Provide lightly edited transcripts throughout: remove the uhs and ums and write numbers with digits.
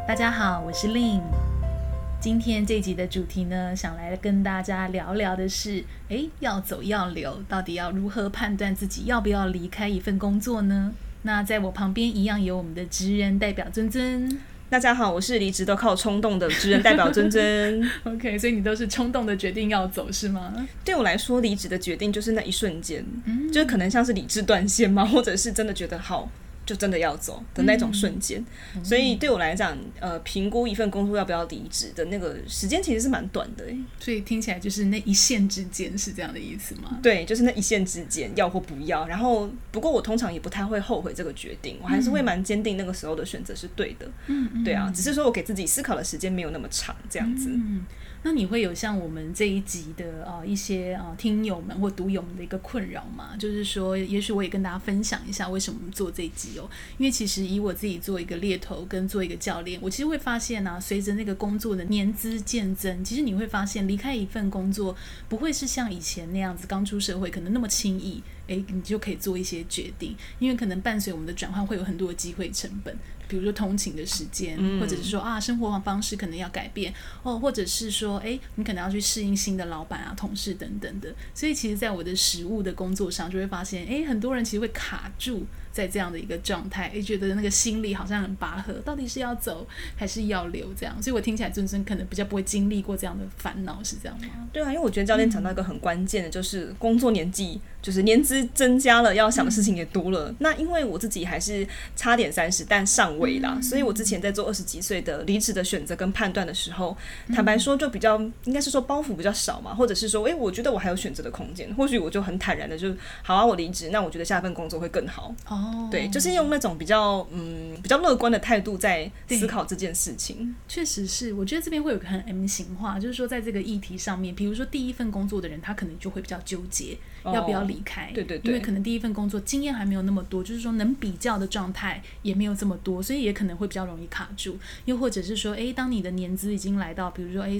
大家好，我是 Lin。今天这集的主题呢，想来跟大家聊聊的是，要走要留，到底要如何判断自己要不要离开一份工作呢？那在我旁边一样有我们的职人代表尊尊。 大家好，我是离职都靠冲动的职人代表尊尊。 OK， 所以你都是冲动的决定要走是吗？ 对我来说，离职的决定就是那一瞬间，就是可能像是理智断线嘛，或者是真的觉得好，就真的要走的那种瞬间。所以对我来讲，评估一份工作要不要离职的那个时间其实是蛮短的。 所以听起来就是那一线之间，是这样的意思吗？ 对，就是那一线之间，要或不要。然后，不过我通常也不太会后悔这个决定，我还是会蛮坚定那个时候的选择是对的。对啊，只是说我给自己思考的时间没有那么长，这样子。 那你会有像我们这一集的一些听友们或读友们的一个困扰吗？就是说，也许我也跟大家分享一下为什么做这一集哦。因为其实以我自己做一个猎头跟做一个教练，我其实会发现随着那个工作的年资渐增，其实你会发现离开一份工作不会是像以前那样子刚出社会可能那么轻易，你就可以做一些决定，因为可能伴随我们的转换会有很多的机会成本。比如说通勤的时间，或者是说生活方式可能要改变或者是说你可能要去适应新的老板同事等等的。所以其实在我的实务的工作上就会发现很多人其实会卡住在这样的一个状态，觉得那个心里好像很拔河，到底是要走还是要留这样。所以我听起来尊尊可能比较不会经历过这样的烦恼，是这样吗？ 对啊，因为我觉得教练讲到一个很关键的，就是工作年纪就是年资增加了，要想的事情也多了。那因为我自己还是差点30但上位啦，所以我之前在做20几岁的离职的选择跟判断的时候，坦白说就比较应该是说包袱比较少嘛，或者是说我觉得我还有选择的空间，或许我就很坦然的就好啊，我离职，那我觉得下一份工作会更好。对，就是用那种比较乐观的态度在思考这件事情。 确实是，我觉得这边会有个很 M 型化，就是说在这个议题上面，比如说第一份工作的人，他可能就会比较纠结要不要离开。对，因为可能第一份工作经验还没有那么多，就是说能比较的状态也没有这么多，所以也可能会比较容易卡住。又或者是说当你的年资已经来到比如说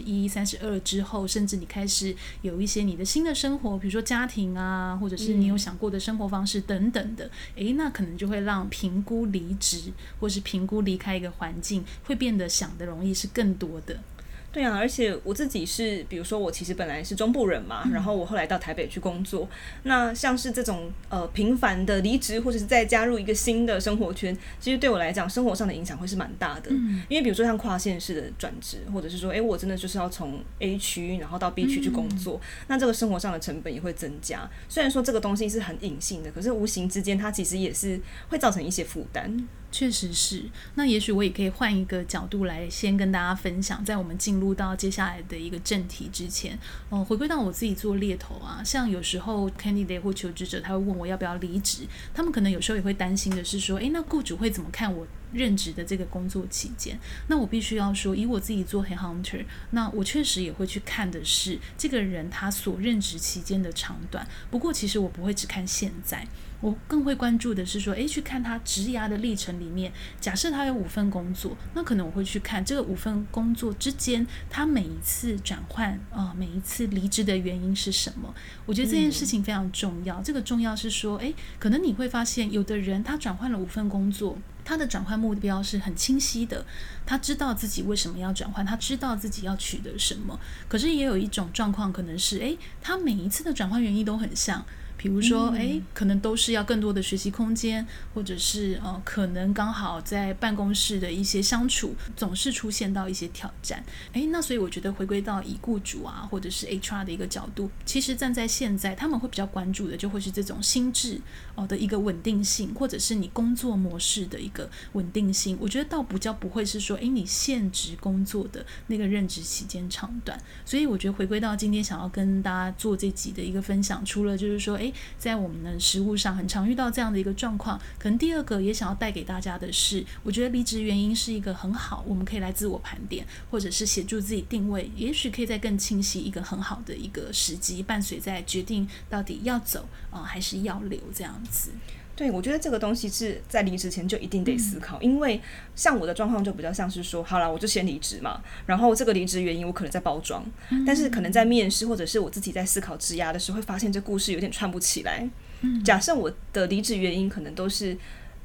31、32之后，甚至你开始有一些你的新的生活，比如说家庭或者是你有想过的生活方式等等的，那可能就会让评估离职或是评估离开一个环境会变得想的容易是更多的。 对啊，而且我自己是，比如说我其实本来是中部人嘛，然后我后来到台北去工作，那像是这种频繁的离职或者是再加入一个新的生活圈，其实对我来讲生活上的影响会是蛮大的。因为比如说像跨县市的转职，或者是说我真的就是要从 A 区然后到 B 区去工作，那这个生活上的成本也会增加。虽然说这个东西是很隐性的，可是无形之间它其实也是会造成一些负担。 确实是，那也许我也可以换一个角度来先跟大家分享，在我们进入到接下来的一个正题之前，回归到我自己做猎头像有时候 candidate 或求职者他会问我要不要离职，他们可能有时候也会担心的是说那雇主会怎么看我任职的这个工作期间。那我必须要说，以我自己做 headhunter， 那我确实也会去看的是这个人他所任职期间的长短，不过其实我不会只看现在，我更会关注的是说去看他职涯的历程里面，假设他有5份工作，那可能我会去看这个5份工作之间他每一次转换每一次离职的原因是什么。我觉得这件事情非常重要。这个重要是说可能你会发现有的人他转换了5份工作，他的转换目标是很清晰的，他知道自己为什么要转换，他知道自己要取得什么。可是也有一种状况可能是他每一次的转换原因都很像，比如说可能都是要更多的学习空间，或者是可能刚好在办公室的一些相处总是出现到一些挑战。那所以我觉得回归到以雇主或者是 HR 的一个角度，其实站在现在他们会比较关注的就会是这种心智的一个稳定性，或者是你工作模式的一个稳定性。我觉得倒比较不会是说你现职工作的那个任职期间长短。所以我觉得回归到今天想要跟大家做这集的一个分享，除了就是说在我们的实务上很常遇到这样的一个状况，可能第二个也想要带给大家的是，我觉得离职原因是一个很好，我们可以来自我盘点，或者是协助自己定位，也许可以再更清晰一个很好的一个时机，伴随在决定到底要走还是要留这样子。 对，我觉得这个东西是在离职前就一定得思考，因为像我的状况就比较像是说，好啦，我就先离职嘛，然后这个离职原因我可能在包装，但是可能在面试或者是我自己在思考职涯的时候，会发现这故事有点串不起来。假设我的离职原因可能都是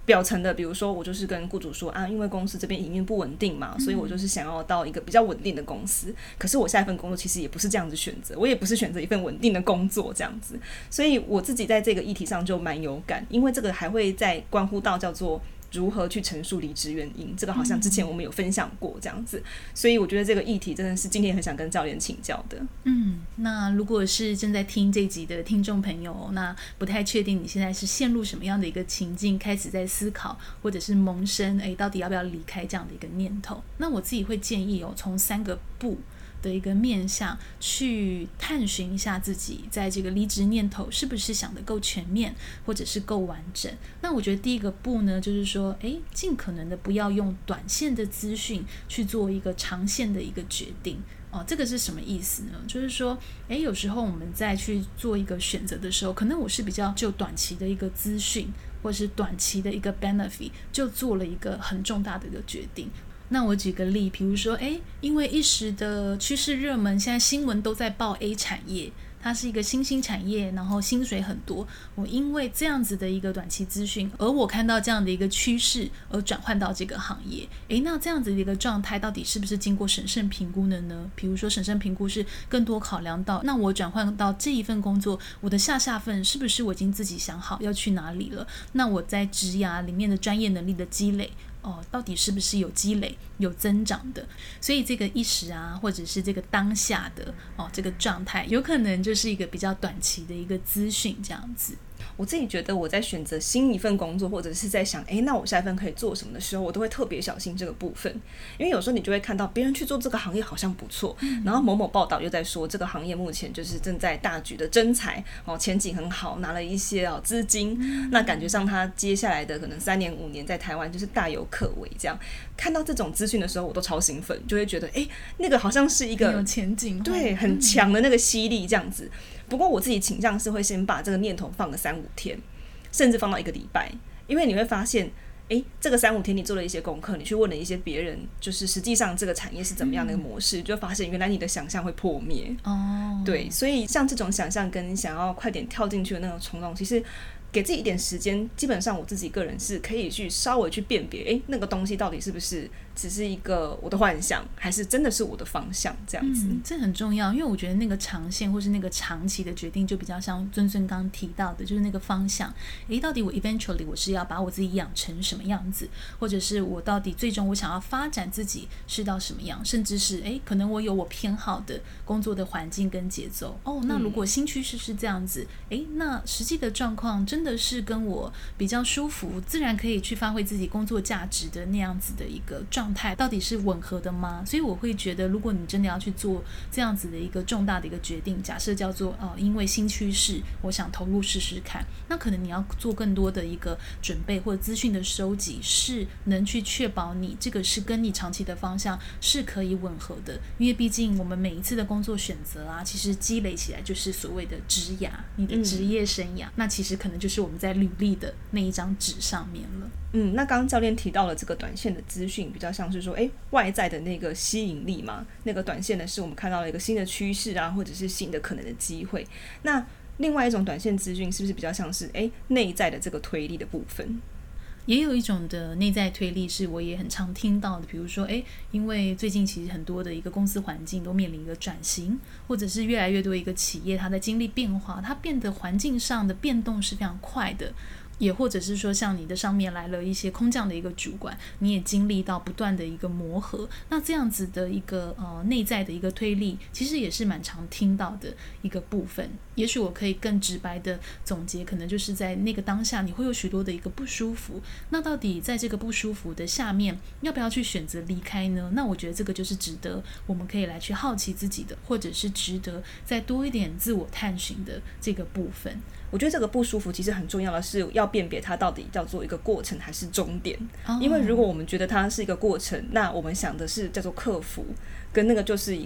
表层的，比如说我就是跟雇主说啊，因为公司这边营运不稳定嘛，所以我就是想要到一个比较稳定的公司。可是我下一份工作其实也不是这样子选择，我也不是选择一份稳定的工作这样子。所以我自己在这个议题上就蛮有感，因为这个还会再关乎到叫做如何去陈述离职原因，这个好像之前我们有分享过这样子，所以我觉得这个议题真的是今天很想跟教练请教的。 那如果是正在听这集的听众朋友，那不太确定你现在是陷入什么样的一个情境，开始在思考或者是萌生到底要不要离开这样的一个念头，那我自己会建议从3个步的一个面向去探寻一下自己在这个离职念头是不是想得够全面或者是够完整。那我觉得第一个步呢，就是说尽可能的不要用短线的资讯去做一个长线的一个决定。这个是什么意思呢？就是说有时候我们在去做一个选择的时候，可能我是比较就短期的一个资讯或是短期的一个 benefit 就做了一个很重大的一个决定。那我举个例，比如说因为一时的趋势热门，现在新闻都在报 A 产业，它是一个新兴产业，然后薪水很多，我因为这样子的一个短期资讯，而我看到这样的一个趋势而转换到这个行业，那这样子的一个状态到底是不是经过审慎评估的呢？比如说审慎评估是更多考量到，那我转换到这一份工作，我的下份是不是我已经自己想好要去哪里了？那我在职涯里面的专业能力的积累到底是不是有积累有增长的？所以这个一时或者是这个当下的这个状态，有可能就是一个比较短期的一个资讯这样子。 我自己觉得我在选择新一份工作，或者是在想那我下一份可以做什么的时候，我都会特别小心这个部分。因为有时候你就会看到别人去做这个行业好像不错，然后某某报道又在说这个行业目前就是正在大举的征才，前景很好，拿了一些资金，那感觉上他接下来的可能3年5年在台湾就是大有可为这样。看到这种资讯的时候我都超兴奋，就会觉得那个好像是一个很有前景， 对，很强的那个吸力这样子。不过我自己倾向是会先把这个念头放个3-5天，甚至放到1个礼拜，因为你会发现这个3-5天你做了一些功课，你去问了一些别人，就是实际上这个产业是怎么样的一个模式，就发现原来你的想象会破灭。对，所以像这种想象跟想要快点跳进去的那种冲动，其实给自己一点时间，基本上我自己个人是可以去稍微去辨别那个东西到底是不是只是一个我的幻想，还是真的是我的方向这样子。 这很重要，因为我觉得那个长线或是那个长期的决定就比较像尊尊刚提到的，就是那个方向到底我 eventually 我是要把我自己养成什么样子，或者是我到底最终我想要发展自己是到什么样，甚至是可能我有我偏好的工作的环境跟节奏那如果新趋势是这样子那实际的状况真的是跟我比较舒服，自然可以去发挥自己工作价值的那样子的一个状态，到底是吻合的吗？所以我会觉得，如果你真的要去做这样子的一个重大的一个决定，假设叫做因为新趋势我想投入试试看，那可能你要做更多的一个准备或者资讯的收集，是能去确保你这个是跟你长期的方向是可以吻合的。因为毕竟我们每一次的工作选择其实积累起来就是所谓的职涯，你的职业生涯，那其实可能就是我们在履历的那一张纸上面了。 那刚刚教练提到了这个短线的资讯，比较像是说外在的那个吸引力嘛，那个短线的是我们看到了一个新的趋势或者是新的可能的机会。那另外一种短线资讯是不是比较像是内在的这个推力的部分？ 也有一种的内在推力是我也很常听到的，比如说因为最近其实很多的一个公司环境都面临一个转型，或者是越来越多一个企业它在经历变化，它变得环境上的变动是非常快的，也或者是说像你的上面来了一些空降的一个主管，你也经历到不断的一个磨合，那这样子的一个内在的一个推力其实也是蛮常听到的一个部分。也许我可以更直白的总结，可能就是在那个当下你会有许多的一个不舒服，那到底在这个不舒服的下面要不要去选择离开呢？那我觉得这个就是值得我们可以来去好奇自己的，或者是值得再多一点自我探寻的这个部分。 我觉得这个不舒服其实很重要的是要辨别它到底叫做一个过程还是终点。因为如果我们觉得它是一个过程，那我们想的是叫做克服，跟那个就是一个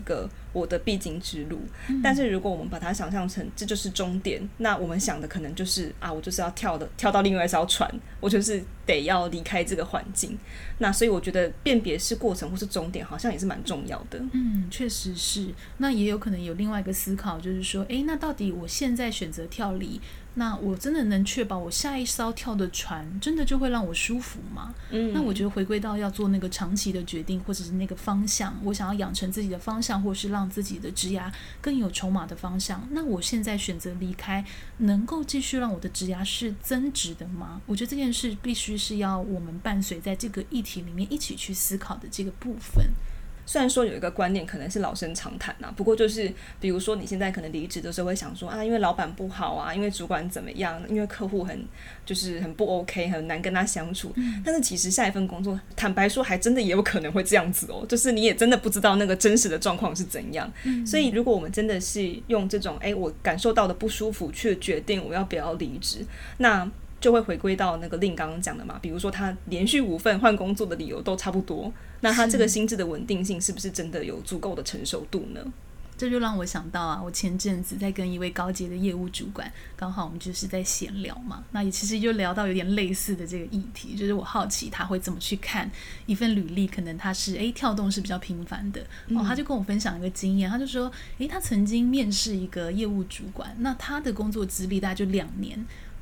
我的必经之路。但是如果我们把它想象成这就是终点，那我们想的可能就是我就是要跳到另外一艘船，我就是得要离开这个环境。那所以我觉得辨别是过程或是终点好像也是蛮重要的。 确实是。那也有可能有另外一个思考，就是说那到底我现在选择跳离，那我真的能确保我下一艘跳的船真的就会让我舒服吗？那我觉得回归到要做那个长期的决定，或者是那个方向，我想要养成自己的方向，或是让自己的职涯更有筹码的方向，那我现在选择离开，能够继续让我的职涯是增值的吗？我觉得这件事必须是要我们伴随在这个议题里面一起去思考的这个部分。 虽然说有一个观念可能是老生常谈不过就是比如说你现在可能离职的时候会想说因为老板不好因为主管怎么样，因为客户很不 OK， 很难跟他相处。但是其实下一份工作坦白说还真的也有可能会这样子就是你也真的不知道那个真实的状况是怎样。所以如果我们真的是用这种我感受到的不舒服去决定我要不要离职，那就会回归到那个令刚刚讲的嘛，比如说他连续5份换工作的理由都差不多，那他这个心智的稳定性是不是真的有足够的成熟度呢？ 这就让我想到我前阵子在跟一位高阶的业务主管，刚好我们就是在闲聊嘛，那也其实就聊到有点类似的这个议题，就是我好奇他会怎么去看一份履历，可能他是跳动是比较频繁的他就跟我分享一个经验，他就说他曾经面试一个业务主管，那他的工作资历大概就2年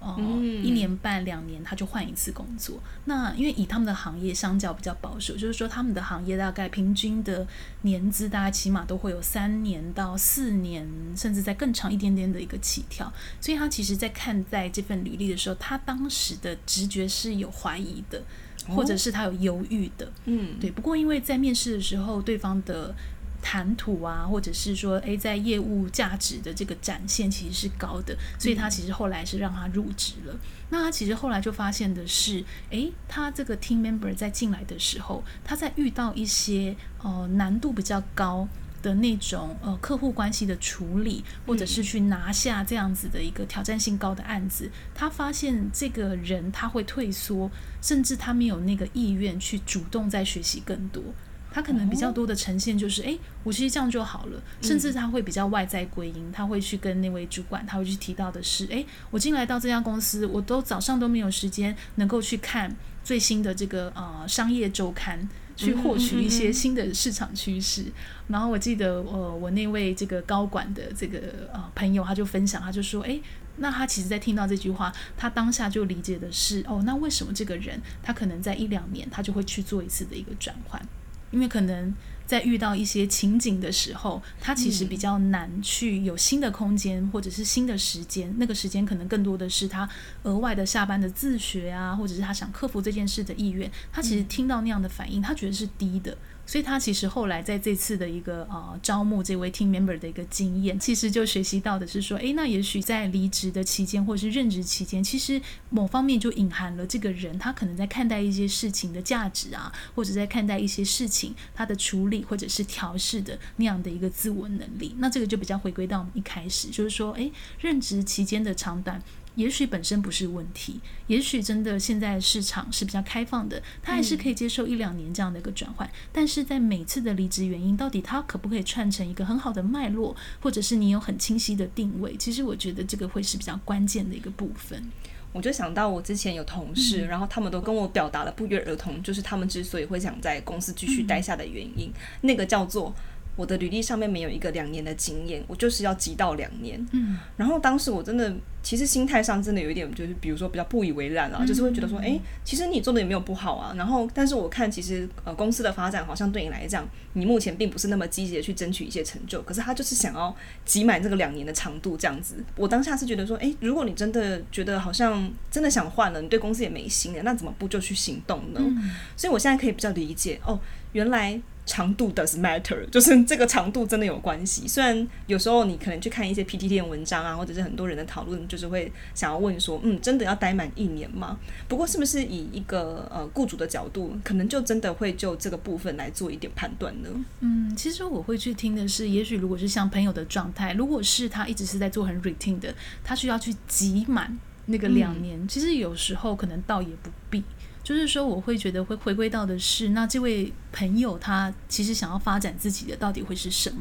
1年半2年他就换一次工作。那因为以他们的行业相较比较保守，就是说他们的行业大概平均的年资大概起码都会有3年到4年，甚至再更长一点点的一个起跳。所以他其实在看待这份履历的时候，他当时的直觉是有怀疑的，或者是他有犹豫的。对。不过因为在面试的时候，对方的谈吐或者是说在业务价值的这个展现其实是高的，所以他其实后来是让他入职了。那他其实后来就发现的是他这个 team member 在进来的时候，他在遇到一些难度比较高的那种客户关系的处理，或者是去拿下这样子的一个挑战性高的案子，他发现这个人他会退缩，甚至他没有那个意愿去主动再学习更多。他可能比较多的呈现就是我其实这样就好了，甚至他会比较外在归因，他会去跟那位主管他会去提到的是我进来到这家公司，我都早上都没有时间能够去看最新的这个商业周刊，去获取一些新的市场趋势。然后我记得我那位这个高管的这个朋友他就分享，他就说那他其实在听到这句话，他当下就理解的是那为什么这个人他可能在1-2年他就会去做一次的一个转换，因为可能在遇到一些情景的时候，他其实比较难去有新的空间或者是新的时间，那个时间可能更多的是他额外的下班的自学或者是他想克服这件事的意愿，他其实听到那样的反应他觉得是低的，所以他其实后来在这次的一个招募这位 team member 的一个经验，其实就学习到的是说那也许在离职的期间或者是任职期间，其实某方面就隐含了这个人他可能在看待一些事情的价值或者在看待一些事情他的处理或者是调试的那样的一个自我能力。那这个就比较回归到我们一开始，就是说任职期间的长短也许本身不是问题，也许真的现在市场是比较开放的，他还是可以接受1-2年这样的一个转换，但是在每次的离职原因到底他可不可以串成一个很好的脉络，或者是你有很清晰的定位，其实我觉得这个会是比较关键的一个部分。 我就想到我之前有同事，然后他们都跟我表达了不约而同，就是他们之所以会想在公司继续待下的原因，那个叫做我的履历上面没有一个2年的经验，我就是要积到2年。然后当时我真的其实心态上真的有一点就是比如说比较不以为然就是会觉得说其实你做的也没有不好然后但是我看其实公司的发展好像对你来讲你目前并不是那么积极的去争取一些成就，可是他就是想要挤满这个2年的长度这样子。我当下是觉得说如果你真的觉得好像真的想换了，你对公司也没心了，那怎么不就去行动呢？所以我现在可以比较理解原来长度 does matter， 就是这个长度真的有关系。虽然有时候你可能去看一些 PTT 的文章或者是很多人的讨论，就是会想要问说真的要待满1年吗？不过是不是以一个雇主的角度，可能就真的会就这个部分来做一点判断呢？ 其实我会去听的是，也许如果是像朋友的状态，如果是他一直是在做很 routine 的，他需要去挤满那个2年，其实有时候可能倒也不必。就是说我会觉得会回归到的是，那这位朋友他其实想要发展自己的到底会是什么，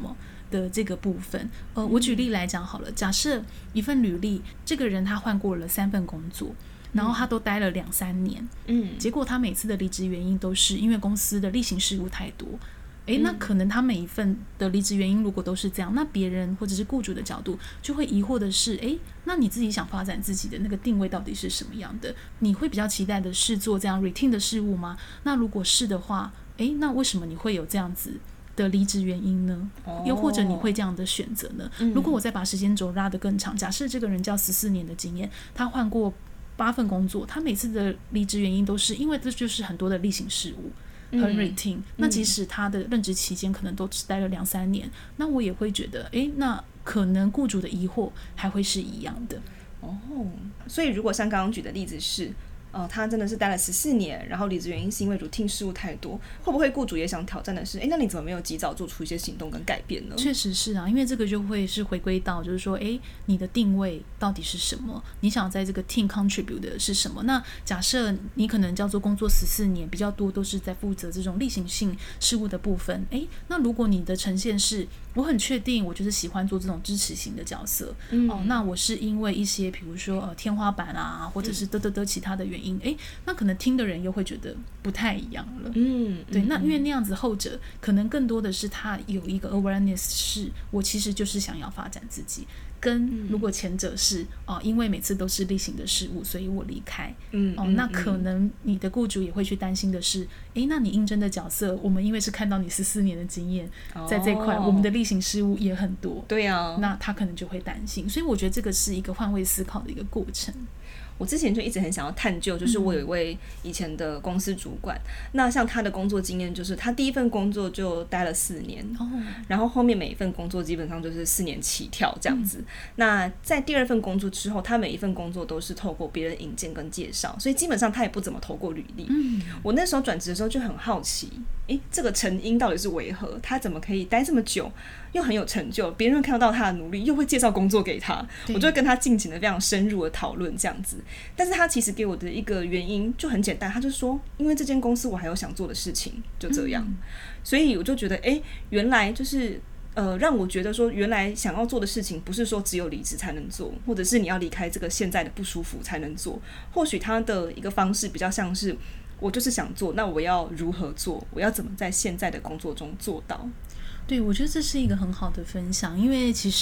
的这个部分。我举例来讲好了，假设一份履历，这个人他换过了3份工作，然后他都待了2-3年，结果他每次的离职原因都是因为公司的例行事务太多。那可能他每一份的离职原因如果都是这样，那别人或者是雇主的角度就会疑惑的是，那你自己想发展自己的那个定位到底是什么样的？你会比较期待的是做这样 routine 的事物吗？那如果是的话，那为什么你会有这样子的离职原因呢？又或者你会这样的选择呢？如果我再把时间轴拉得更长，假设这个人叫14年的经验，他换过8份工作，他每次的离职原因都是因为这就是很多的例行事务，很 routine，那即使他的任职期间可能都只待了2-3年，那我也会觉得那可能雇主的疑惑还会是一样的。 所以如果像刚刚举的例子是他真的是待了14年，然后离职原因是因为 routine 事务太多，会不会雇主也想挑战的是那你怎么没有及早做出一些行动跟改变呢？ 确实是啊，因为这个就会是回归到就是说你的定位到底是什么，你想在这个 team contribute 的是什么。那假设你可能叫做工作14年，比较多都是在负责这种例行性事务的部分，那如果你的呈现是我很确定我就是喜欢做这种支持型的角色，那我是因为一些比如说天花板啊，或者是其他的原因，那可能听的人又会觉得不太一样了。对，那因为那样子后者可能更多的是他有一个 awareness， 是我其实就是想要发展自己，跟如果前者是因为每次都是例行的事务所以我离开，那可能你的雇主也会去担心的是，那你应征的角色，我们因为是看到你14年的经验，在这块我们的例行事务也很多， 对啊， 那他可能就会担心。所以我觉得这个是一个换位思考的一个过程。 我之前就一直很想要探究，就是我有一位以前的公司主管，那像他的工作经验就是他第一份工作就待了4年，然后后面每一份工作基本上就是4年起跳这样子。那在第2份工作之后，他每一份工作都是透过别人引荐跟介绍，所以基本上他也不怎么投过履历。我那时候转职的时候就很好奇，这个成因到底是为何？他怎么可以待这么久，又很有成就，别人看得到他的努力，又会介绍工作给他，我就会跟他进行了非常深入的讨论这样子。但是他其实给我的一个原因就很简单，他就说因为这间公司我还有想做的事情，就这样。所以我就觉得原来就是让我觉得说原来想要做的事情不是说只有离职才能做，或者是你要离开这个现在的不舒服才能做，或许他的一个方式比较像是我就是想做，那我要如何做，我要怎么在现在的工作中做到。 对，我觉得这是一个很好的分享，因为其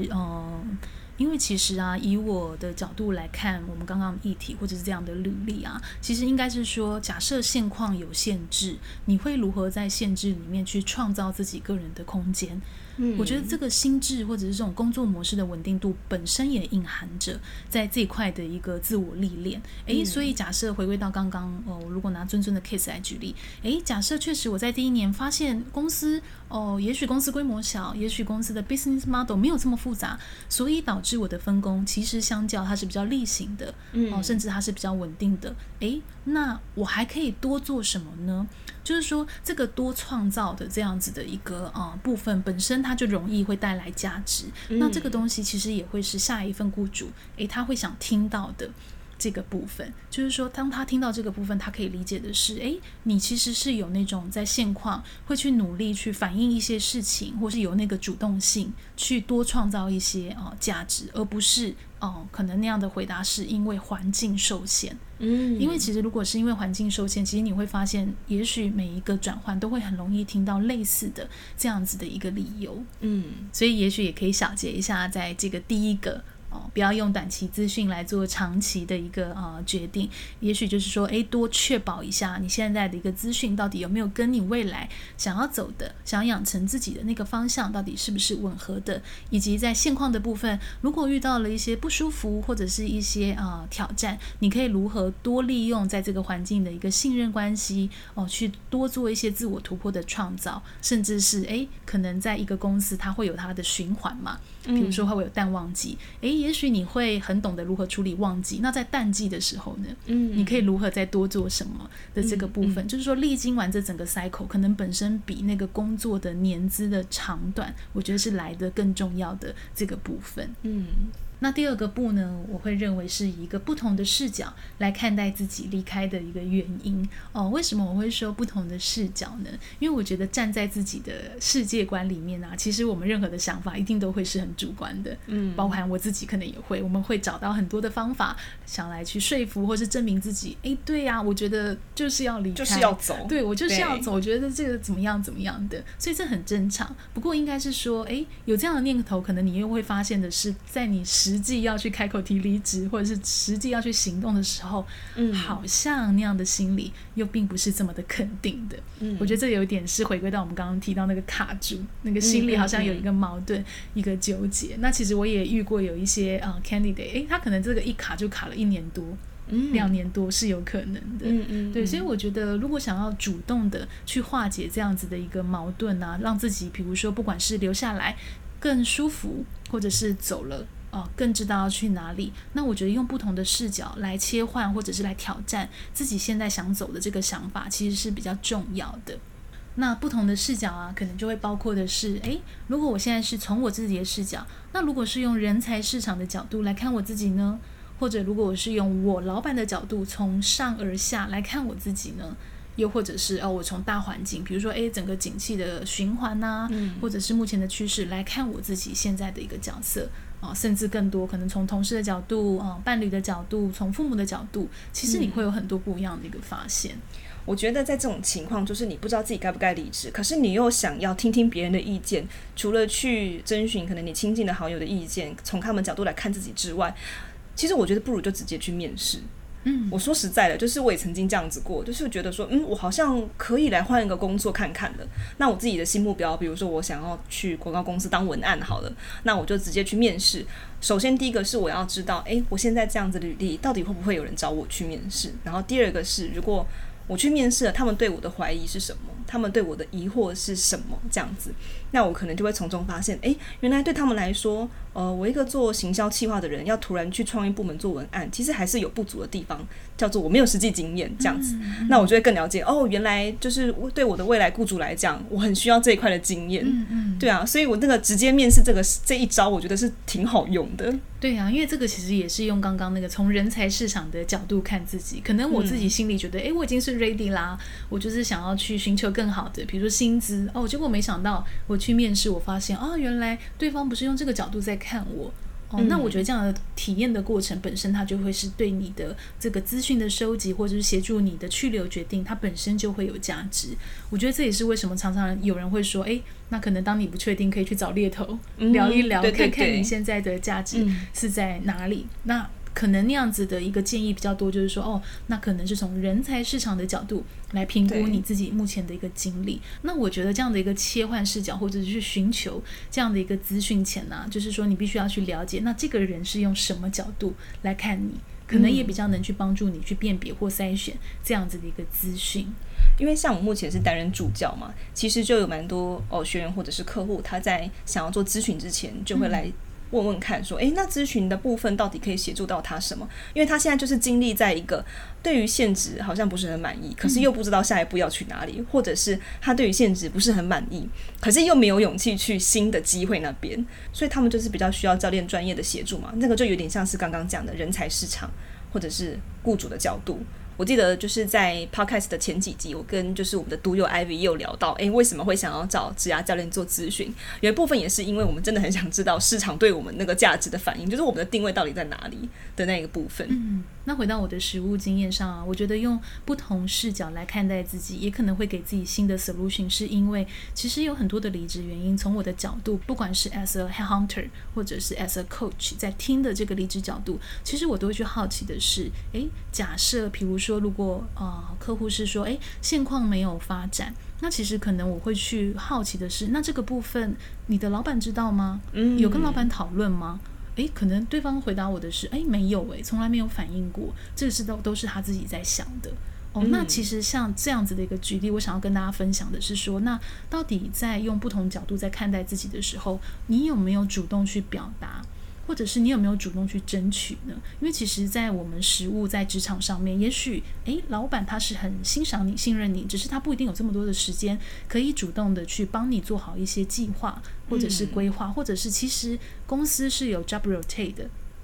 实啊，以我的角度来看，我们刚刚的议题或者是这样的履历啊，其实应该是说，假设现况有限制，你会如何在限制里面去创造自己个人的空间？我觉得这个心智或者是这种工作模式的稳定度本身也隐含着在这一块的一个自我历练。所以假设回归到刚刚如果拿尊尊的 case 来举例，假设确实我在第1年发现公司也许公司规模小，也许公司的 business model 没有这么复杂，所以导致我的分工其实相较它是比较例行的，甚至它是比较稳定的。那我还可以多做什么呢？就是说这个多创造的这样子的一个部分本身它就容易会带来价值，那这个东西其实也会是下一份雇主他会想听到的这个部分。就是说当他听到这个部分，他可以理解的是你其实是有那种在现况会去努力去反映一些事情，或是有那个主动性去多创造一些价值，而不是可能那样的回答是因为环境受限。因为其实如果是因为环境受限，其实你会发现也许每一个转换都会很容易听到类似的这样子的一个理由。所以也许也可以小结一下，在这个第一个不要用短期资讯来做长期的一个决定，也许就是说多确保一下你现在的一个资讯到底有没有跟你未来想要走的，想要养成自己的那个方向到底是不是吻合的，以及在现况的部分如果遇到了一些不舒服或者是一些挑战，你可以如何多利用在这个环境的一个信任关系去多做一些自我突破的创造，甚至是可能在一个公司它会有它的循环嘛，比如说会有淡旺季，也许你会很懂得如何处理旺季，那在淡季的时候呢，你可以如何再多做什么的这个部分，就是说历经完这整个 cycle 可能本身比那个工作的年资的长短，我觉得是来得更重要的这个部分。 那第二个步呢，我会认为是以一个不同的视角来看待自己离开的一个原因为什么我会说不同的视角呢？因为我觉得站在自己的世界观里面啊，其实我们任何的想法一定都会是很主观的，包含我自己可能也会，我们会找到很多的方法想来去说服或是证明自己，对啊，我觉得就是要离开， 就是要走， 对，我就是要走，我觉得这个怎么样怎么样的，所以这很正常。不过应该是说有这样的念头，可能你又会发现的是，在你实际要去开口提离职或者是实际要去行动的时候，好像那样的心理又并不是这么的肯定的。我觉得这有一点是回归到我们刚刚提到那个卡住，那个心里好像有一个矛盾，一个纠结。那其实我也遇过有一些candidate，他可能这个一卡就卡了1年多。2年多是有可能的，对，所以我觉得如果想要主动的去化解这样子的一个矛盾啊，让自己比如说不管是留下来更舒服，或者是走了更知道要去哪里，那我觉得用不同的视角来切换或者是来挑战自己现在想走的这个想法，其实是比较重要的。那不同的视角啊，可能就会包括的是如果我现在是从我自己的视角，那如果是用人才市场的角度来看我自己呢？或者如果我是用我老板的角度从上而下来看我自己呢？又或者是我从大环境，比如说整个景气的循环啊，或者是目前的趋势来看我自己现在的一个角色甚至更多可能从同事的角度伴侣的角度，从父母的角度，其实你会有很多不一样的一个发现。 我觉得在这种情况，就是你不知道自己该不该离职，可是你又想要听听别人的意见，除了去征询可能你亲近的好友的意见，从他们角度来看自己之外，其实我觉得不如就直接去面试。我说实在的，就是我也曾经这样子过，就是觉得说我好像可以来换一个工作看看的。那我自己的新目标，比如说我想要去广告公司当文案好了，那我就直接去面试。首先第一个是我要知道我现在这样子的履历到底会不会有人找我去面试，然后第二个是如果我去面试了，他们对我的怀疑是什么，他们对我的疑惑是什么，这样子，那我可能就会从中发现原来对他们来说我一个做行销企划的人要突然去创意部门做文案，其实还是有不足的地方，叫做我没有实际经验这样子。那我就会更了解原来就是对我的未来雇主来讲，我很需要这一块的经验。对啊，所以我那个直接面试这一招我觉得是挺好用的。 对啊，因为这个其实也是用刚刚那个从人才市场的角度看自己，可能我自己心里觉得我已经是 ready 啦，我就是想要去寻求更好的比如说薪资结果没想到我去面试，我发现原来对方不是用这个角度在看我那我觉得这样的体验的过程本身，它就会是对你的这个资讯的收集，或者是协助你的去留决定，它本身就会有价值。我觉得这也是为什么常常有人会说那可能当你不确定，可以去找猎头聊一聊，看看你现在的价值是在哪里。那可能那样子的一个建议比较多，就是说那可能是从人才市场的角度来评估你自己目前的一个经历。那我觉得这样的一个切换视角，或者是去寻求这样的一个资讯前就是说你必须要去了解，那这个人是用什么角度来看你，可能也比较能去帮助你去辨别或筛选这样子的一个资讯。 因为像我目前是担任助教嘛，其实就有蛮多学员或者是客户，他在想要做咨询之前就会来问问看说那咨询的部分到底可以协助到他什么，因为他现在就是经历在一个对于现职好像不是很满意，可是又不知道下一步要去哪里，或者是他对于现职不是很满意，可是又没有勇气去新的机会那边，所以他们就是比较需要教练专业的协助嘛。那个就有点像是刚刚讲的人才市场或者是雇主的角度。我记得就是在 podcast 的前几集，我跟就是我们的督友 Ivy 也有聊到为什么会想要找职涯教练做咨询，有一部分也是因为我们真的很想知道市场对我们那个价值的反应，就是我们的定位到底在哪里的那个部分。 那回到我的实务经验上我觉得用不同视角来看待自己，也可能会给自己新的 solution， 是因为其实有很多的离职原因，从我的角度，不管是 as a headhunter 或者是 as a coach， 在听的这个离职角度，其实我都会去好奇的是假设比如说如果客户是说现况没有发展，那其实可能我会去好奇的是，那这个部分你的老板知道吗？有跟老板讨论吗？可能对方回答我的是没有从来没有反映过，这个是都是他自己在想的那其实像这样子的一个举例，我想要跟大家分享的是说，那到底在用不同角度在看待自己的时候，你有没有主动去表达，或者是你有没有主动去争取呢？因为其实在我们实务在职场上面，也许老板他是很欣赏你信任你，只是他不一定有这么多的时间可以主动的去帮你做好一些计划或者是规划，或者是其实公司是有 job rotate 的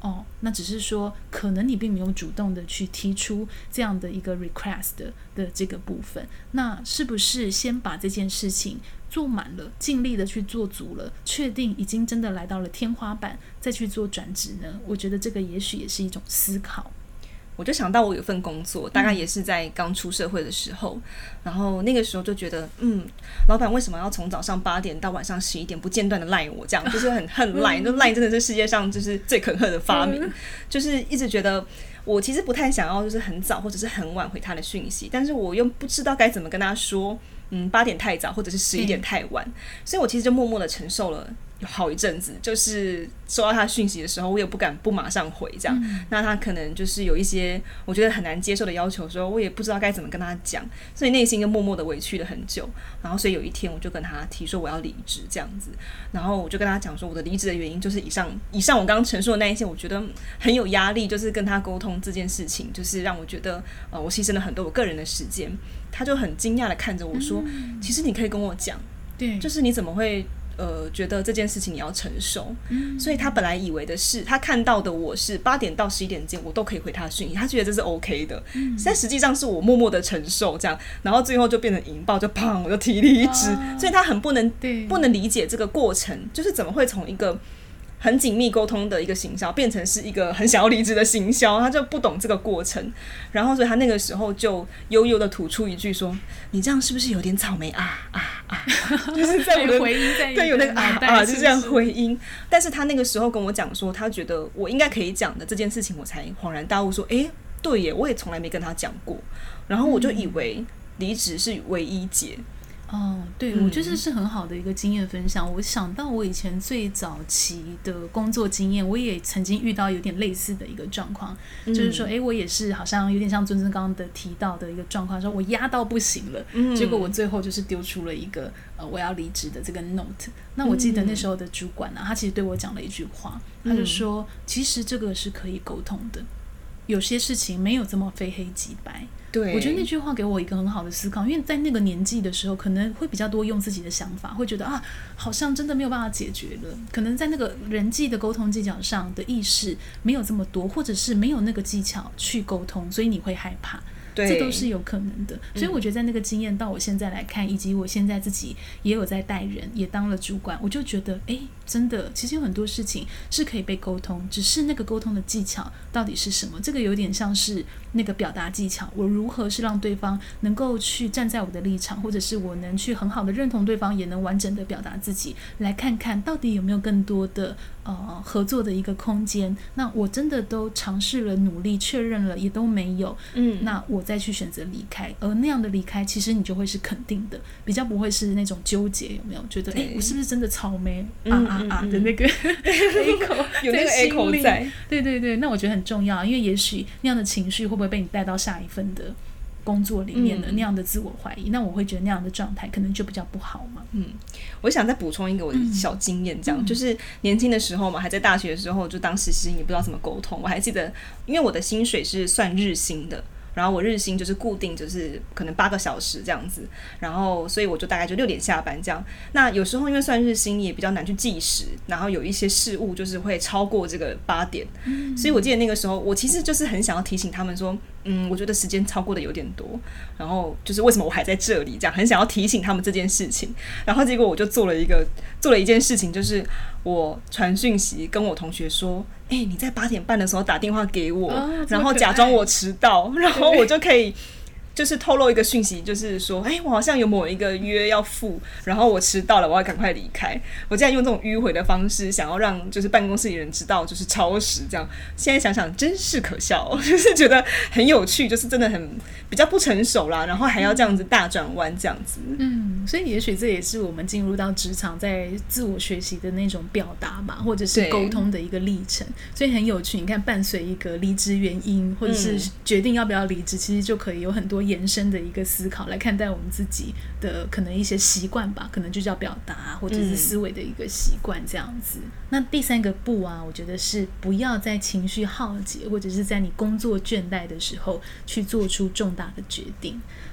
那只是说可能你并没有主动的去提出这样的一个 request 的这个部分，那是不是先把这件事情做满了，尽力的去做足了，确定已经真的来到了天花板，再去做转职呢？我觉得这个也许也是一种思考。 我就想到我有份工作，大概也是在刚出社会的时候，然后那个时候就觉得，老板为什么要从早上8点到晚上11点不间断的赖我，这样就是很恨赖，就赖真的是世界上就是最可恨的发明，就是一直觉得我其实不太想要就是很早或者是很晚回他的讯息，但是我又不知道该怎么跟他说，8点太早或者是11点太晚，所以我其实就默默的承受了有好一阵子，就是收到他讯息的时候，我也不敢不马上回这样，那他可能就是有一些我觉得很难接受的要求的时候，我也不知道该怎么跟他讲，所以内心就默默的委屈了很久，然后所以有一天我就跟他提说我要离职这样子，然后我就跟他讲说我的离职的原因就是以上我刚刚陈述的那一些，我觉得很有压力，就是跟他沟通这件事情，就是让我觉得我牺牲了很多我个人的时间。他就很惊讶的看着我说，其实你可以跟我讲， 对， 就是你怎么会觉得这件事情你要承受，所以他本来以为的是他看到的我是8点到11点间我都可以回他的讯息，他觉得这是 OK 的，但实际上是我默默的承受这样，然后最后就变成引爆，就砰我就提离职，所以他很不能理解这个过程，就是怎么会从一个很紧密沟通的一个行销变成是一个很想要离职的行销，他就不懂这个过程，然后所以他那个时候就悠悠的吐出一句说，你这样是不是有点草莓啊，就是在我的回音，在对有那个就这样回音，但是他那个时候跟我讲说他觉得我应该可以讲的这件事情，我才恍然大悟说对耶，我也从来没跟他讲过，然后我就以为离职是唯一解。 对，我觉得这是很好的一个经验分享。我想到我以前最早期的工作经验，我也曾经遇到有点类似的一个状况，就是说我也是好像有点像尊尊刚刚的提到的一个状况，说我压到不行了，结果我最后就是丢出了一个我要离职的这个 note。 那我记得那时候的主管他其实对我讲了一句话，他就说其实这个是可以沟通的，有些事情没有这么非黑即白。 对， 我觉得那句话给我一个很好的思考，因为在那个年纪的时候可能会比较多用自己的想法，会觉得好像真的没有办法解决了，可能在那个人际的沟通技巧上的意识没有这么多，或者是没有那个技巧去沟通，所以你会害怕，这都是有可能的。所以我觉得在那个经验到我现在来看，以及我现在自己也有在带人，也当了主管，我就觉得真的其实有很多事情是可以被沟通，只是那个沟通的技巧到底是什么，这个有点像是那个表达技巧，我如何是让对方能够去站在我的立场，或者是我能去很好的认同对方，也能完整的表达自己，来看看到底有没有更多的合作的一个空间。那我真的都尝试了，努力确认了，也都没有，那我再去选择离开，而那样的离开其实你就会是肯定的，比较不会是那种纠结，有没有觉得我是不是真的草莓的那个 echo 有那个 echo 在， 对，那我觉得很重要，因为也许那样的情绪会不会被你带到下一份的工作里面的那样的自我怀疑，那我会觉得那样的状态可能就比较不好嘛。 我想再补充一个我的小经验，这样就是年轻的时候嘛，还在大学的时候就当实习生，也不知道怎么沟通。我还记得，因为我的薪水是算日薪的，然后我日薪就是固定，就是可能8个小时这样子，然后所以我就大概就6点下班这样。那有时候因为算日薪也比较难去计时，然后有一些事务就是会超过这个8点，所以我记得那个时候我其实就是很想要提醒他们说，我觉得时间超过的有点多，然后就是为什么我还在这里，这样很想要提醒他们这件事情。然后结果我就做了一件事情，就是我传讯息跟我同学说，你在8点半的时候打电话给我，然后假装我迟到，然后我就可以就是透露一个讯息，就是说我好像有某一个约要赴，然后我迟到了，我要赶快离开。我竟然用这种迂回的方式想要让就是办公室里人知道就是超时这样，现在想想真是可笑，就是觉得很有趣，就是真的很比较不成熟啦，然后还要这样子大转弯这样子。 所以也许这也是我们进入到职场在自我学习的那种表达嘛，或者是沟通的一个历程，所以很有趣。你看伴随一个离职原因或者是决定要不要离职，其实就可以有很多延伸的一个思考来看待我们自己的可能一些习惯吧，可能就叫表达或者是思维的一个习惯这样子。那第3个步我觉得是不要在情绪耗竭或者是在你工作倦怠的时候去做出重大的决定。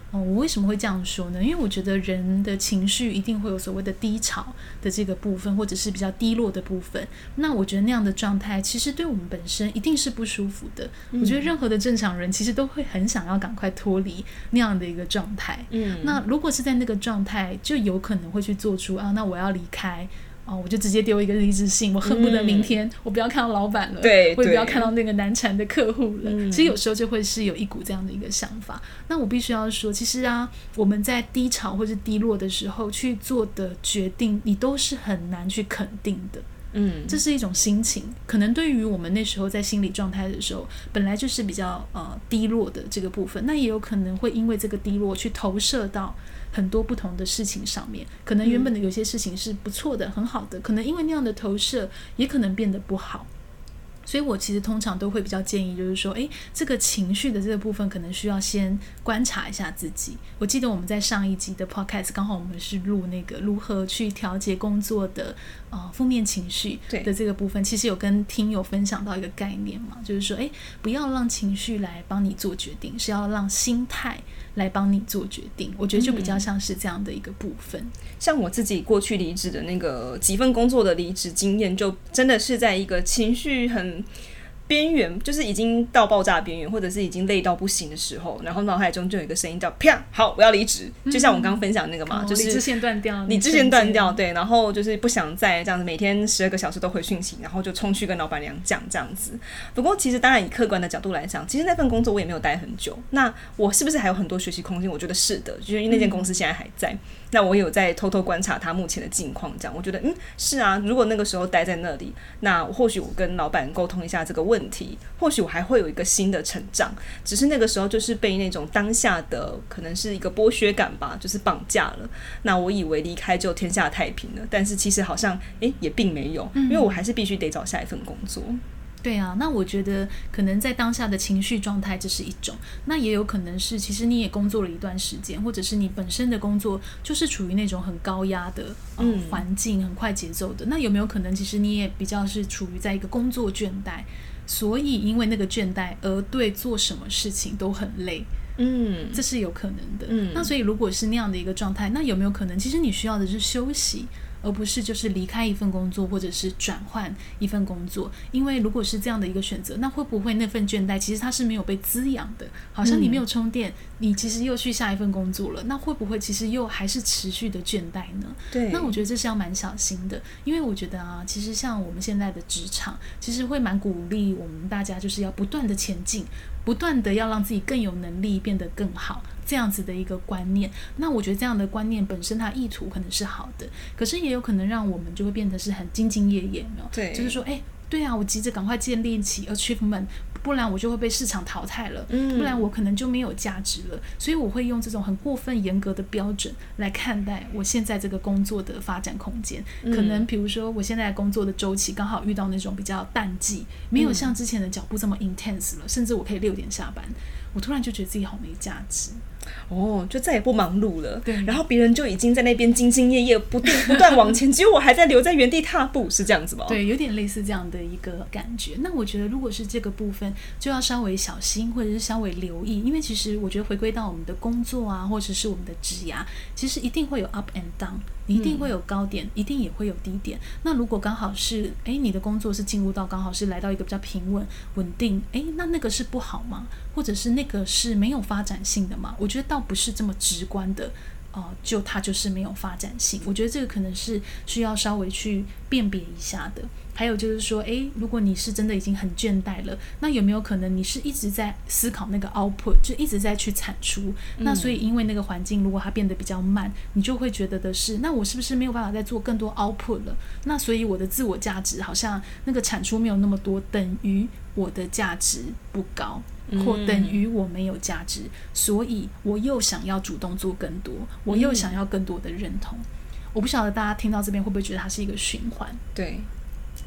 我为什么会这样说呢？因为我觉得人的情绪一定会有所谓的低潮的这个部分，或者是比较低落的部分。那我觉得那样的状态其实对我们本身一定是不舒服的。我觉得任何的正常人其实都会很想要赶快脱离那样的一个状态。那如果是在那个状态，就有可能会去做出那我要离开。我就直接丢一个离职信，我恨不得明天我不要看到老板了， 对， 我也不要看到那个难缠的客户了。其实有时候就会是有一股这样的一个想法。那我必须要说，其实我们在低潮或是低落的时候去做的决定，你都是很难去肯定的。这是一种心情，可能对于我们那时候在心理状态的时候，本来就是比较低落的这个部分，那也有可能会因为这个低落去投射到很多不同的事情上面，可能原本的有些事情是不错的，很好的，可能因为那样的投射也可能变得不好。所以我其实通常都会比较建议，就是说这个情绪的这个部分可能需要先观察一下自己。我记得我们在上一集的 podcast 刚好我们是录那个如何去调节工作的负面情绪的这个部分，其实有跟听友分享到一个概念嘛，就是说不要让情绪来帮你做决定，是要让心态来帮你做决定。我觉得就比较像是这样的一个部分。 像我自己过去离职的那个几份工作的离职经验，就真的是在一个情绪很边缘，就是已经到爆炸边缘，或者是已经累到不行的时候，然后脑海中就有一个声音叫啪，好，我要离职。就像我刚刚分享那个嘛，就是理智线断掉， 理智线断掉，对，然后就是不想再这样子每天12个小时都回讯息，然后就冲去跟老板娘讲这样子。不过其实当然以客观的角度来讲，其实那份工作我也没有待很久，那我是不是还有很多学习空间？我觉得是的，就是因为那间公司现在还在。那我有在偷偷观察他目前的境况，这样我觉得是啊，如果那个时候待在那里，那或许我跟老板沟通一下这个问题，或许我还会有一个新的成长。只是那个时候就是被那种当下的可能是一个剥削感吧，就是绑架了。那我以为离开就天下太平了，但是其实好像也并没有，因为我还是必须得找下一份工作。 对啊，那我觉得可能在当下的情绪状态这是一种，那也有可能是其实你也工作了一段时间，或者是你本身的工作就是处于那种很高压的环境，很快节奏的。那有没有可能其实你也比较是处于在一个工作倦怠，所以因为那个倦怠而对做什么事情都很累？这是有可能的。那所以如果是那样的一个状态，那有没有可能其实你需要的是休息，而不是就是离开一份工作或者是转换一份工作？因为如果是这样的一个选择，那会不会那份倦怠其实它是没有被滋养的，好像你没有充电，你其实又去下一份工作了，那会不会其实又还是持续的倦怠呢？ 对， 那我觉得这是要蛮小心的。因为我觉得其实像我们现在的职场其实会蛮鼓励我们大家就是要不断的前进，不断的要让自己更有能力变得更好，这样子的一个观念。那我觉得这样的观念本身它意图可能是好的，可是也有可能让我们就会变得是很兢兢业业， 对， 就是说对啊，我急着赶快建立起 achievement， 不然我就会被市场淘汰了，不然我可能就没有价值了。所以我会用这种很过分严格的标准来看待我现在这个工作的发展空间。可能比如说我现在工作的周期刚好遇到那种比较淡季，没有像之前的脚步这么 intense 了，甚至我可以6点下班，我突然就觉得自己好没价值。 就再也不忙碌了。 对， 然后别人就已经在那边兢兢业业不断往前，只有我还在留在原地踏步，是这样子吗？ 对，有点类似这样的一个感觉。那我觉得如果是这个部分就要稍微小心，或者是稍微留意，因为其实我觉得回归到我们的工作或者是我们的职涯，其实一定会有 up and down， 你一定会有高点，一定也会有低点。那如果刚好是你的工作是进入到刚好是来到一个比较平稳稳定，那个是不好吗？或者是那个是没有发展性的吗？我觉得倒不是这么直观的就它就是没有发展性。我觉得这个可能是需要稍微去辨别一下的。还有就是说如果你是真的已经很倦怠了，那有没有可能你是一直在思考那个 output， 就一直在去产出，那所以因为那个环境如果它变得比较慢，你就会觉得的是那我是不是没有办法再做更多 output 了，那所以我的自我价值好像那个产出没有那么多，等于我的价值不高，或等于我没有价值，所以我又想要主动做更多，我又想要更多的认同。我不晓得大家听到这边会不会觉得它是一个循环？ 对，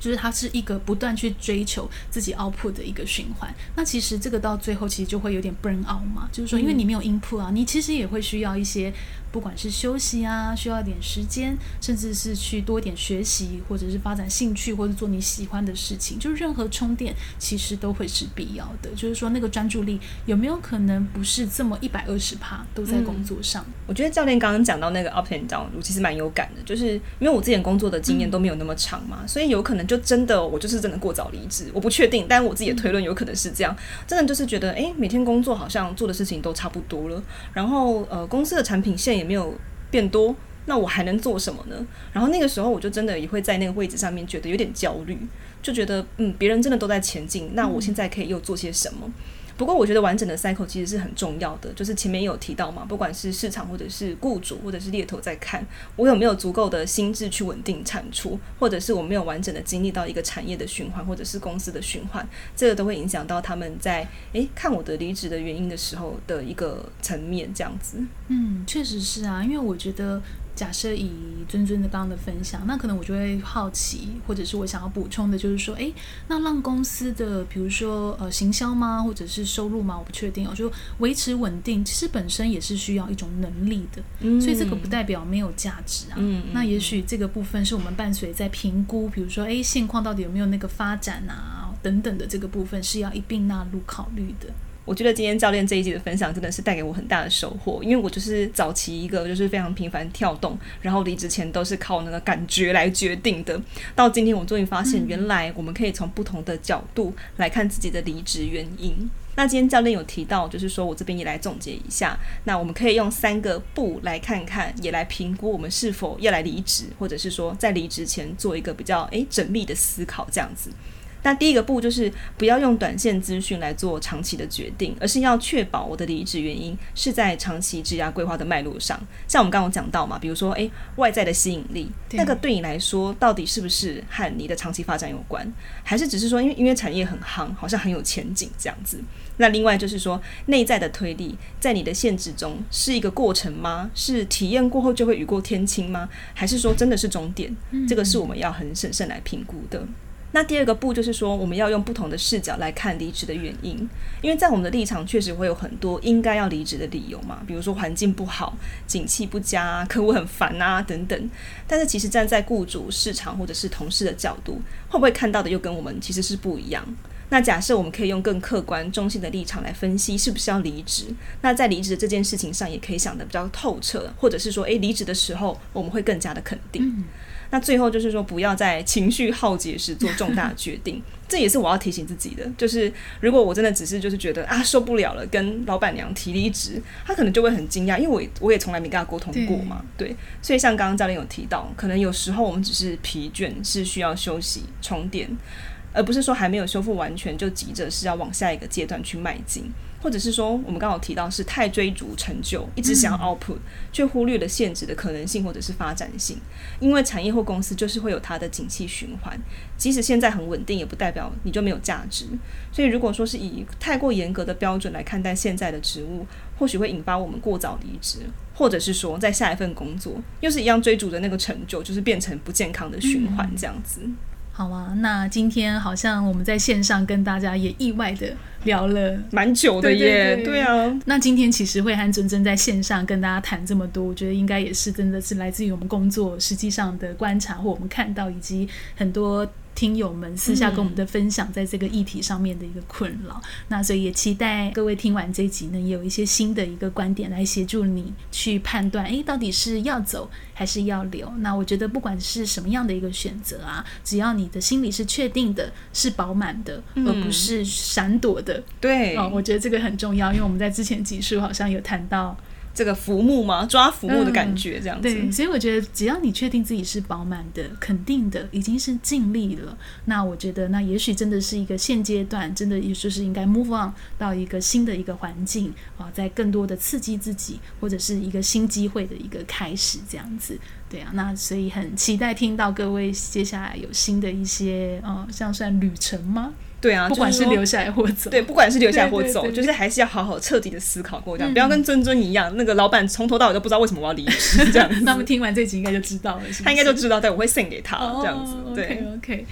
就是它是一个不断去追求自己 output 的一个循环。那其实这个到最后其实就会有点 burn out 嘛，就是说因为你没有 input 啊，你其实也会需要一些不管是休息啊，需要一点时间，甚至是去多一点学习，或者是发展兴趣，或者做你喜欢的事情，就是任何充电其实都会是必要的。就是说那个专注力有没有可能不是这么120%都在工作上？ 我觉得教练刚刚讲到那个 up and down， 我其实蛮有感的，就是因为我之前工作的经验都没有那么长嘛，所以有可能就真的我就是真的过早离职，我不确定，但我自己的推论有可能是这样，真的就是觉得每天工作好像做的事情都差不多了，然后公司的产品线也没有变多，那我还能做什么呢？然后那个时候我就真的也会在那个位置上面觉得有点焦虑，就觉得别人真的都在前进，那我现在可以又做些什么？不过我觉得完整的 cycle 其实是很重要的，就是前面也有提到嘛，不管是市场或者是雇主或者是猎头在看我有没有足够的心智去稳定产出，或者是我没有完整的经历到一个产业的循环或者是公司的循环，这个都会影响到他们在看我的离职的原因的时候的一个层面这样子。 确实是啊，因为我觉得假设以尊尊的刚刚的分享，那可能我就会好奇，或者是我想要补充的就是说那让公司的比如说行销吗，或者是收入吗，我不确定就维持稳定，其实本身也是需要一种能力的，所以这个不代表没有价值啊。那也许这个部分是我们伴随在评估，比如说现况到底有没有那个发展啊等等的这个部分是要一并纳入考虑的。 我觉得今天教练这一集的分享真的是带给我很大的收获，因为我就是早期一个就是非常频繁跳动，然后离职前都是靠那个感觉来决定的，到今天我终于发现原来我们可以从不同的角度来看自己的离职原因。那今天教练有提到，就是说我这边也来总结一下，那我们可以用3个步来看看，也来评估我们是否要来离职，或者是说在离职前做一个比较缜密的思考这样子。那第一个步就是不要用短线资讯来做长期的决定，而是要确保我的离职原因是在长期职涯规划的脉络上。像我们刚刚有讲到嘛，比如说外在的吸引力，那个对你来说到底是不是和你的长期发展有关，还是只是说因为产业很夯，好像很有前景这样子。那另外就是说内在的推力在你的限制中是一个过程吗？是体验过后就会雨过天晴吗？还是说真的是终点？这个是我们要很审慎来评估的。那第二个步就是说我们要用不同的视角来看离职的原因，因为在我们的立场确实会有很多应该要离职的理由嘛，比如说环境不好、景气不佳、客户很烦啊等等，但是其实站在雇主、市场或者是同事的角度，会不会看到的又跟我们其实是不一样。那假设我们可以用更客观中性的立场来分析是不是要离职，那在离职的这件事情上也可以想得比较透彻，或者是说离职的时候我们会更加的肯定。那最后就是说不要在情绪浩劫时做重大决定这也是我要提醒自己的，就是如果我真的只是就是觉得受不了了跟老板娘提离职，他可能就会很惊讶，因为我也从来没跟他沟通过嘛， 对，所以像刚刚教练有提到，可能有时候我们只是疲倦，是需要休息充电，而不是说还没有修复完全就急着是要往下一个阶段去迈进，或者是说我们刚刚有提到是太追逐成就，一直想要 output，却忽略了限制的可能性或者是发展性。因为产业或公司就是会有它的景气循环，即使现在很稳定也不代表你就没有价值。所以如果说是以太过严格的标准来看待现在的职务，或许会引发我们过早离职，或者是说在下一份工作又是一样追逐的那个成就，就是变成不健康的循环这样子。 好啊，那今天好像我们在线上跟大家也意外的聊了蛮久的耶，对啊。 那今天其实慧涵尊尊在线上跟大家谈这么多，我觉得应该也是真的是来自于我们工作实际上的观察，或我们看到以及很多听友们私下跟我们的分享在这个议题上面的一个困扰，那所以也期待各位听完这一集呢，也有一些新的一个观点来协助你去判断到底是要走还是要留。那我觉得不管是什么样的一个选择啊，只要你的心里是确定的，是饱满的，而不是闪躲的， 对， 我觉得这个很重要，因为我们在之前集数好像有谈到这个浮木嘛，抓浮木的感觉这样子， 对，所以我觉得只要你确定自己是饱满的、肯定的，已经是尽力了，那我觉得那也许真的是一个现阶段真的也就是应该 move on 到一个新的一个环境在更多的刺激自己，或者是一个新机会的一个开始这样子。对啊，那所以很期待听到各位接下来有新的一些像算旅程吗？ 对啊， 不管是留下来或走， 对，不管是留下来或走， 对对对对， 就是还是要好好彻底的思考过，这样不要跟尊尊一样，那个老板从头到尾都不知道为什么我要离职这样子。 那么听完这集应该就知道了，是不是？ 他应该就知道，对，我会 send 给他，这样子。对 ，OK。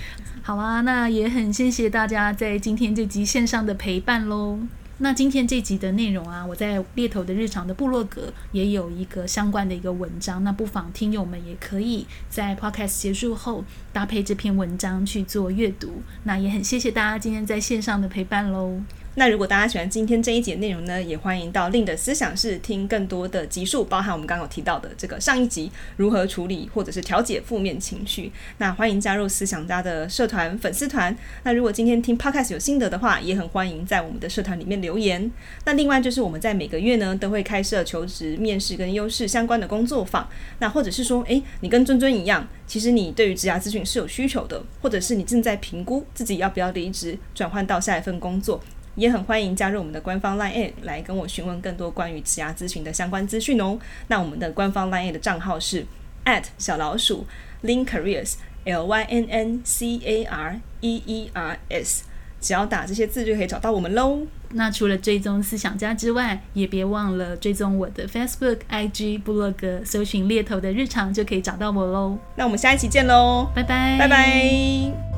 好啊，那也很谢谢大家在今天这集线上的陪伴咯。那今天这集的内容啊，我在猎头的日常的部落格也有一个相关的一个文章，那不妨听友们也可以在 podcast 结束后搭配这篇文章去做阅读。那也很谢谢大家今天在线上的陪伴咯。 那如果大家喜欢今天这一集的内容呢，也欢迎到Lynn的思想室听更多的集数，包含我们刚刚有提到的这个上一集如何处理或者是调节负面情绪。那欢迎加入思想家的社团粉丝团。那如果今天听 podcast 有心得的话，也很欢迎在我们的社团里面留言。那另外就是我们在每个月呢都会开设求职、面试跟优势相关的工作坊。那或者是说，你跟尊尊一样，其实你对于职涯咨询是有需求的，或者是你正在评估自己要不要离职转换到下一份工作，也很欢迎加入我们的官方 LINE 来跟我询问更多关于职涯咨询的相关资讯哦。那我们的官方 LINE 的账号是 @Lynn Careers LYNNCAREERS， 只要打这些字就可以找到我们咯。 那除了追踪思想家之外，也别忘了追踪我的 Facebook、IG、部落格，搜寻猎头的日常就可以找到我咯。 那我们下一期见咯， 拜拜， 拜拜。